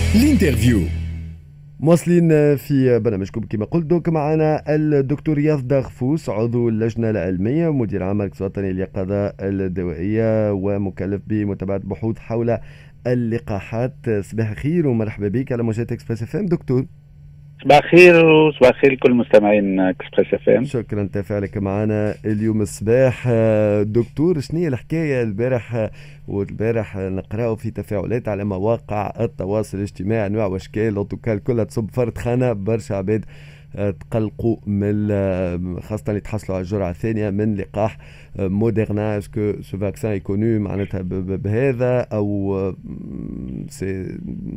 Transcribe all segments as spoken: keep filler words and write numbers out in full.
الانترفيو. مواصلين في برنامجكم كما قلت. دوك معنا الدكتور رياض داغفوس، عضو اللجنة العلمية ومدير عام المركز الوطني لليقظة الدوائية ومكلف بمتابعة بحوث حول اللقاحات. صباح الخير ومرحبا بك على موجات اكسبريس اف ام دكتور. صباح الخير وصباح الخير لكل مستمعين اكسبريس اف ام. شكرا تفاعلك معنا اليوم الصباح. دكتور، شنو هي الحكايه البارح والبارح نقراو في تفاعلات على مواقع التواصل الاجتماعي انواع واشكال اوتوكال كلها تصب فرد خانه، برشا عباد تقلقوا من خاصة اللي تحصلوا على الجرعة الثانية من لقاح موديرنا. اسكو سو فاكسان يكونوا معناتها بهذا او سي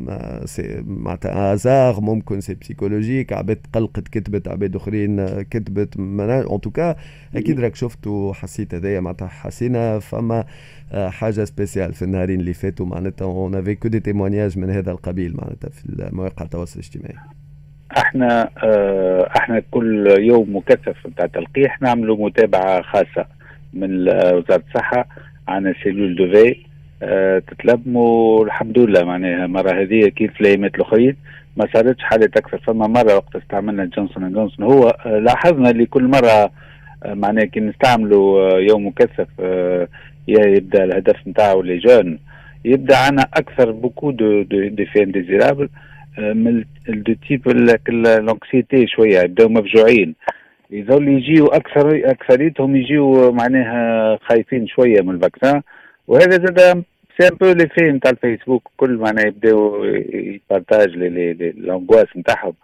سي معناتها ازار، ممكن سي بسيكولوجيك، عباد تقلقت كتبت، عباد اخرين كتبت. ان توكا اكيد راك شفتوا حسيت هذايا معناتها حسينا فما حاجة سبيسيال في النهارين اللي فاتوا معناتها اون افي كو دي تيمونياج من هذا القبيل معناتها في مواقع التواصل الاجتماعي. احنا اه احنا كل يوم مكثف نتاع تلقيح نعملوا متابعه خاصه من وزاره الصحه عن سيلول دو في اه تتلموا. الحمد لله معناها المره هذه كيف في الايامات الاخرين ما صارتش حالات اكثر. فما مره وقت استعملنا جونسون اند جونسون هو اه لاحظنا اللي كل مره اه معناها كي نستعملوا اه يوم مكثف اه يبدا الهدف نتاعو لي جون يبدا عنا اكثر بوكو دو دو فين ديزيرابل من دو تيب لونكسيتي شويه يبداو مفجوعين. يظل يجيو اكثر اكثريتهم يجيو معناها خايفين شويه من الفاكسان. وهذا زاد سي ان بو لي في نتاع الفيسبوك كل معناها يبداو يبارتاج لي لونغواس نتاعهم.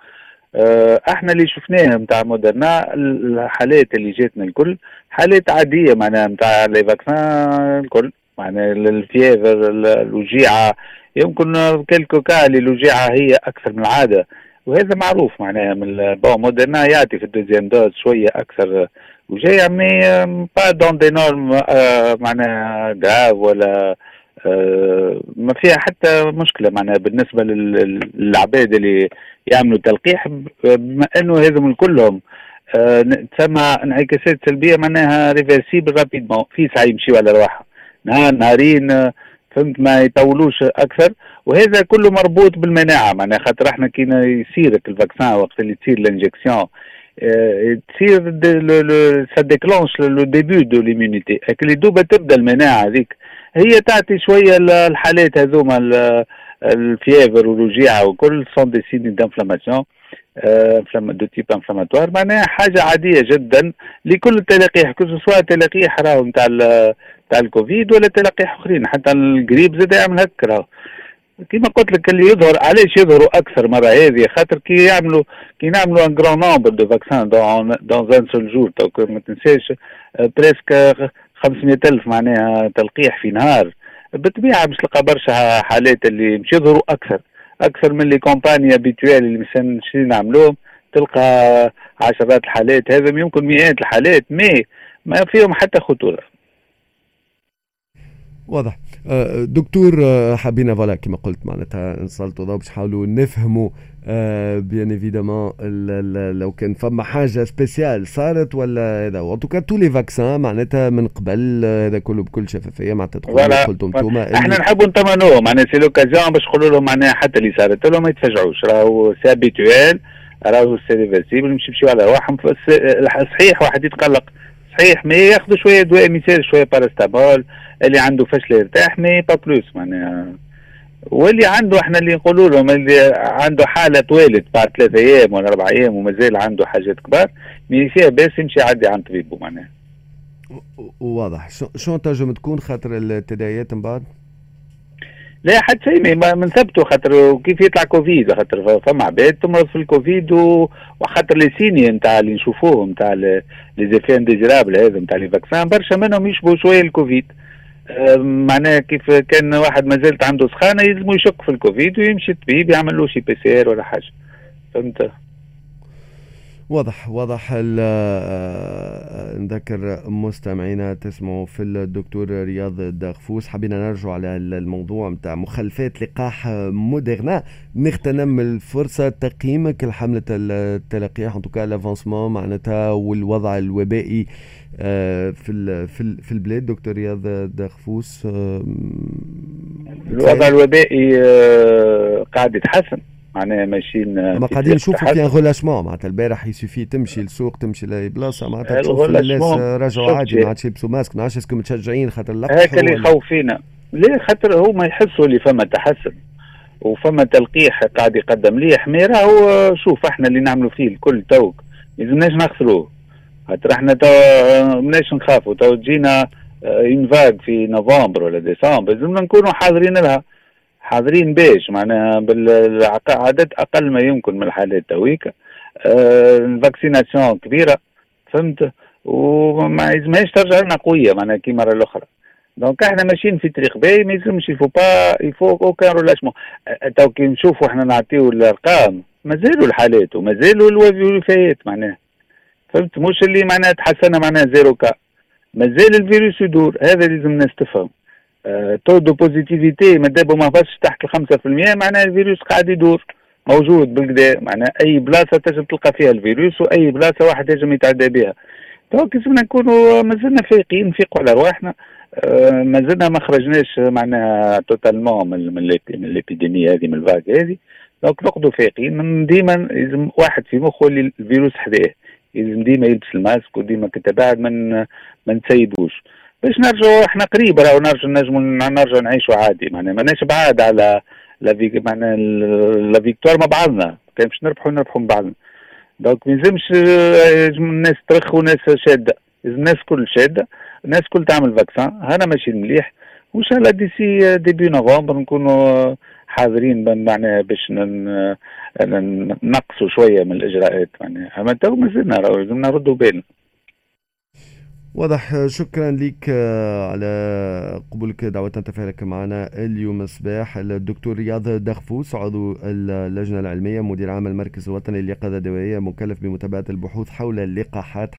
احنا اللي شفناها نتاع مودرنا الحالات اللي جاتنا الكل حالات عاديه معناها نتاع لي فاكسان الكل معناها الفيفر الوجيعه يمكن كلكو كالي الوجيعه هي اكثر من العاده وهذا معروف معناها من بون مودرنا يعطي في الدوزيام دوز شويه اكثر وجيع مي با دون دي نورم معناها غاف ولا أه ما فيها حتى مشكله معناها بالنسبه للعباد اللي يعملوا تلقيح بما انه هذم كلهم أه تسمى انعكاسات سلبيه معناها ريفرسيبل رابيدمون في ساعه يمشيوا على رواحهم نهار نهارين أه فهمت ما يطولوش اكثر. وهذا كله مربوط بالمناعه معناها خاطر احنا كي يصيرك الفاكسان وقت اللي تصير الانجكسيون اه تصير سا ديكلونش لو ديبي دو ليمونيتي اللي دوبا تبدا المناعه هذيك هي تعطي شويه الحالات هذوما الفيفر والوجيعه وكل سون دي سين دانفلاماسيون دو تيب انفلاماتوار معناها حاجه عاديه جدا لكل التلقيح كل سواء تلقيح راهو نتاع تاع الكوفيد ولا تلقيح اخرين حتى القريب زاد يعمل هكا راهو. كيما قلت لك اللي يظهر علاش يظهروا اكثر مره هذه خاطر كي يعملوا كي نعملوا ان غران نومبر دو فاكسان دون دون ان سول جور تو ما تنساش بريسك خمسمائة ألف معناها تلقيح في نهار بالطبيعه باش تلقى برشا حالات اللي مش يظهروا اكثر اكثر من لي كومباني ابيتوال اللي مثلا نعملوهم تلقى عشرات الحالات هذا يمكن مئات الحالات مي ما فيهم حتى خطوره. واضح. دكتور حابين فوالا كما قلت معناتها نسلطوا ضوء باش نحاولوا نفهموا بيان ايفيدامون لو كان فما حاجه سبيسيال صارت ولا هذا وان توكا تو لي فاكسان معناتها من قبل هذا كله بكل شفافيه معناتها تقولوا قلتم انتوما احنا نحبوا نطمنوهم معناها سي لوكازيون باش نقولوا لهم معناها حتى اللي صارت لهم ما يتفجعوش راهو سي ابيتوال راهو سي ريفرسيبل مش يمشيو على رواحهم. صحيح واحد يتقلق صحيح ما ياخذوا شويه دواء مثال شويه باراستامول اللي عنده فشل يرتاح مي با بلوس معناها. واللي عنده احنا اللي نقولوا لهم اللي عنده حاله توالد بعد ثلاثة ايام ولا اربع ايام ومازال عنده حاجات كبار مي فيها باس يمشي يعدي عند طبيبه معناها. واضح. شو تنجم تكون خاطر التداعيات من بعد؟ لا حد شيء ما نثبتوا خاطر كيف يطلع كوفيد خاطر فما عباد تمرض في الكوفيد وخاطر لي سيني نتاع اللي نشوفوهم نتاع لي زيفين ديزيرابل هذا نتاع لي فاكسان برشا منهم يشبهوا شويه الكوفيد. أه معناها كيف كان واحد ما زالت عنده سخانه يلزمو يشك في الكوفيد ويمشي الطبيب يعمل له شي بي سي ار ولا حاجه. فهمت؟ واضح واضح. نذكر مستمعينا تسمعوا في الدكتور رياض داغفوس. حبينا نرجع على الموضوع نتاع مخلفات لقاح موديرنا. نغتنم الفرصه تقييمك لحمله التلقيح ان توكا لافونسمون معناتها والوضع الوبائي في في في البلاد. دكتور رياض داغفوس الوضع الوبائي آه، قاعد يتحسن، معناها ماشيين. اما قاعدين نشوفوا فيها غولاشمون، معناتها البارح يسوفي تمشي للسوق تمشي لاي بلاصه معناتها تشوف الناس رجعوا عادي ما عادش يلبسوا ماسك. ما عادش اسكم متشجعين خاطر اللقح هكا اللي يخوف فينا. ليه؟ خاطر هما يحسوا اللي فما تحسن وفما تلقيح قاعد يقدم ليه حميره. هو شوف احنا اللي نعملوا فيه الكل توك ما لازمناش نخسروه، خاطر احنا تو مناش نخافوا. تو تجينا انفاق في نوفمبر ولا ديسمبر لازمنا نكونوا حاضرين لها، حاضرين باش معناها بالعدد اقل ما يمكن من الحالات تويكا. اه الفاكسيناسيون كبيره فهمت، وما يلزمهاش ترجع لنا قويه معناها كي مره الاخرى. دونك احنا ماشيين في طريق باهي، ما يلزمش يفو با يفو اوكان رولاشمون. تو كي نشوفوا احنا نعطيو الارقام مازالوا الحالات ومازالوا الوفيات معناها فهمت، مش اللي معناها تحسن معناها زيرو كا، مازال الفيروس يدور. هذا لازم الناس تفهم. اه تو دو بوزيتيفيتي مادام ما هبطش تحت الخمسة في المية معناها الفيروس قاعد يدور موجود بالكدا، معناها اي بلاصه تنجم تلقى فيها الفيروس واي بلاصه واحد ينجم يتعدى بها. دونك لازمنا نكونوا مازلنا فايقين نفيقوا على رواحنا. أه مازلنا ما خرجناش معناها توتالمون من من الابيديميا هذه من الفاق هذه. دونك نقعدوا فايقين من ديما. لازم واحد في مخه اللي الفيروس حداه، لازم ديما يلبس الماسك وديما كتباعد من ما نسيبوش باش نرجعوا احنا قريب راهو نرجعوا نجموا نرجعوا نعيشوا عادي. معناها ماناش بعاد على لا فيك معناها لا فيكتوار مع بعضنا، كان باش نربحوا نربحوا مع بعضنا. دونك ما يلزمش الناس ترخ وناس شاده، الناس كل شاده، الناس كل تعمل فاكسان. هنا ماشي مليح، وان شاء الله ديسي ديبي نوفمبر نكونوا حاضرين معناها باش نقصوا شويه من الاجراءات معناها. اما تو مازلنا راهو لازمنا نردوا بالنا. واضح. شكرا لك على قبولك دعوتنا تفاعلك معنا اليوم الصباح. الدكتور رياض دغفوس عضو اللجنة العلمية مدير عام المركز الوطني لليقظة الدوائية مكلف بمتابعة البحوث حول اللقاحات.